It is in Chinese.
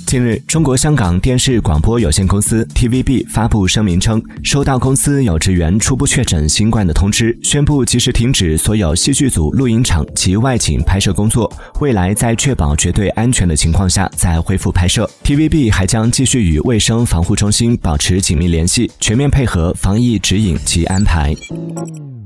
近日，中国香港电视广播有限公司 TVB 发布声明称，收到公司有职员初步确诊新冠的通知，宣布及时停止所有戏剧组、录音场及外景拍摄工作，未来在确保绝对安全的情况下再恢复拍摄。TVB 还将继续与卫生防护中心保持紧密联系，全面配合防疫指引及安排。